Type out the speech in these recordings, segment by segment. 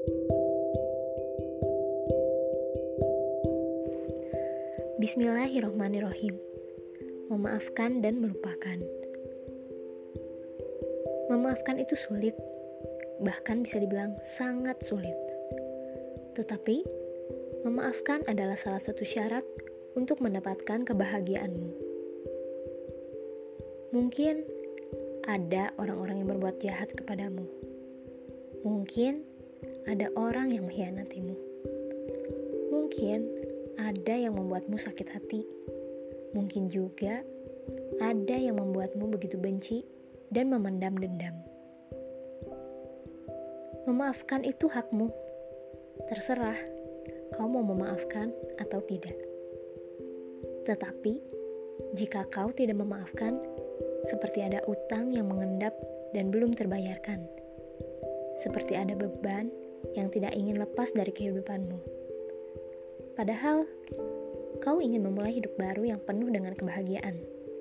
Bismillahirrohmanirrohim. Memaafkan dan melupakan. Memaafkan itu sulit, bahkan bisa dibilang sangat sulit. Tetapi, memaafkan adalah salah satu syarat untuk mendapatkan kebahagiaanmu. Mungkin ada orang-orang yang berbuat jahat kepadamu. Mungkin ada orang yang mengkhianatimu. Mungkin ada yang membuatmu sakit hati. Mungkin juga ada yang membuatmu begitu benci dan memendam dendam. Memaafkan itu hakmu. Terserah kau mau memaafkan atau tidak. Tetapi, jika kau tidak memaafkan, seperti ada utang yang mengendap dan belum terbayarkan. Seperti ada beban yang tidak ingin lepas dari kehidupanmu. Padahal, kau ingin memulai hidup baru yang penuh dengan kebahagiaan.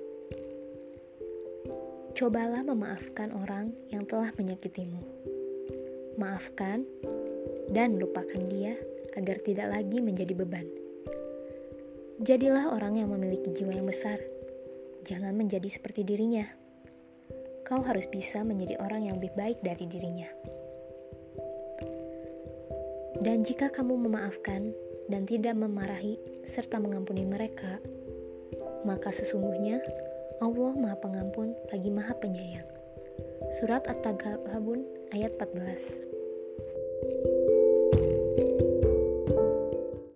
Cobalah memaafkan orang yang telah menyakitimu. Maafkan dan lupakan dia agar tidak lagi menjadi beban. Jadilah orang yang memiliki jiwa yang besar. Jangan menjadi seperti dirinya. Kau harus bisa menjadi orang yang lebih baik dari dirinya. Dan jika kamu memaafkan dan tidak memarahi serta mengampuni mereka, maka sesungguhnya Allah Maha Pengampun lagi Maha Penyayang. Surat At-Taghabun ayat 14.